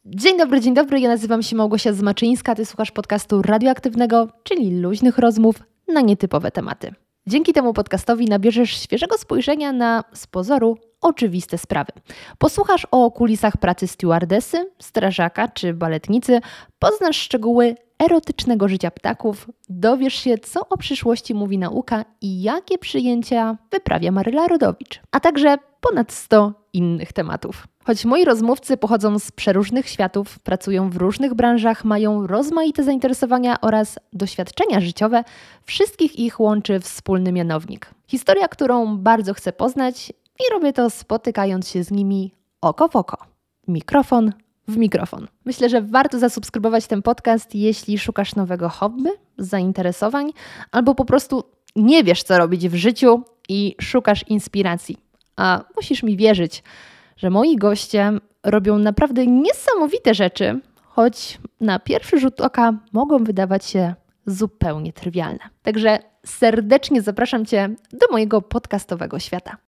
Dzień dobry, ja nazywam się Małgosia Zmaczyńska, ty słuchasz podcastu radioaktywnego, czyli luźnych rozmów na nietypowe tematy. Dzięki temu podcastowi nabierzesz świeżego spojrzenia na, z pozoru, oczywiste sprawy. Posłuchasz o kulisach pracy stewardesy, strażaka czy baletnicy, poznasz szczegóły erotycznego życia ptaków, dowiesz się, co o przyszłości mówi nauka i jakie przyjęcia wyprawia Maryla Rodowicz, a także ponad 100 innych tematów. Choć moi rozmówcy pochodzą z przeróżnych światów, pracują w różnych branżach, mają rozmaite zainteresowania oraz doświadczenia życiowe, wszystkich ich łączy wspólny mianownik. Historia, którą bardzo chcę poznać i robię to spotykając się z nimi oko w oko. Mikrofon w mikrofon. Myślę, że warto zasubskrybować ten podcast, jeśli szukasz nowego hobby, zainteresowań albo po prostu nie wiesz, co robić w życiu i szukasz inspiracji. A musisz mi wierzyć, że moi goście robią naprawdę niesamowite rzeczy, choć na pierwszy rzut oka mogą wydawać się zupełnie trywialne. Także serdecznie zapraszam Cię do mojego podcastowego świata.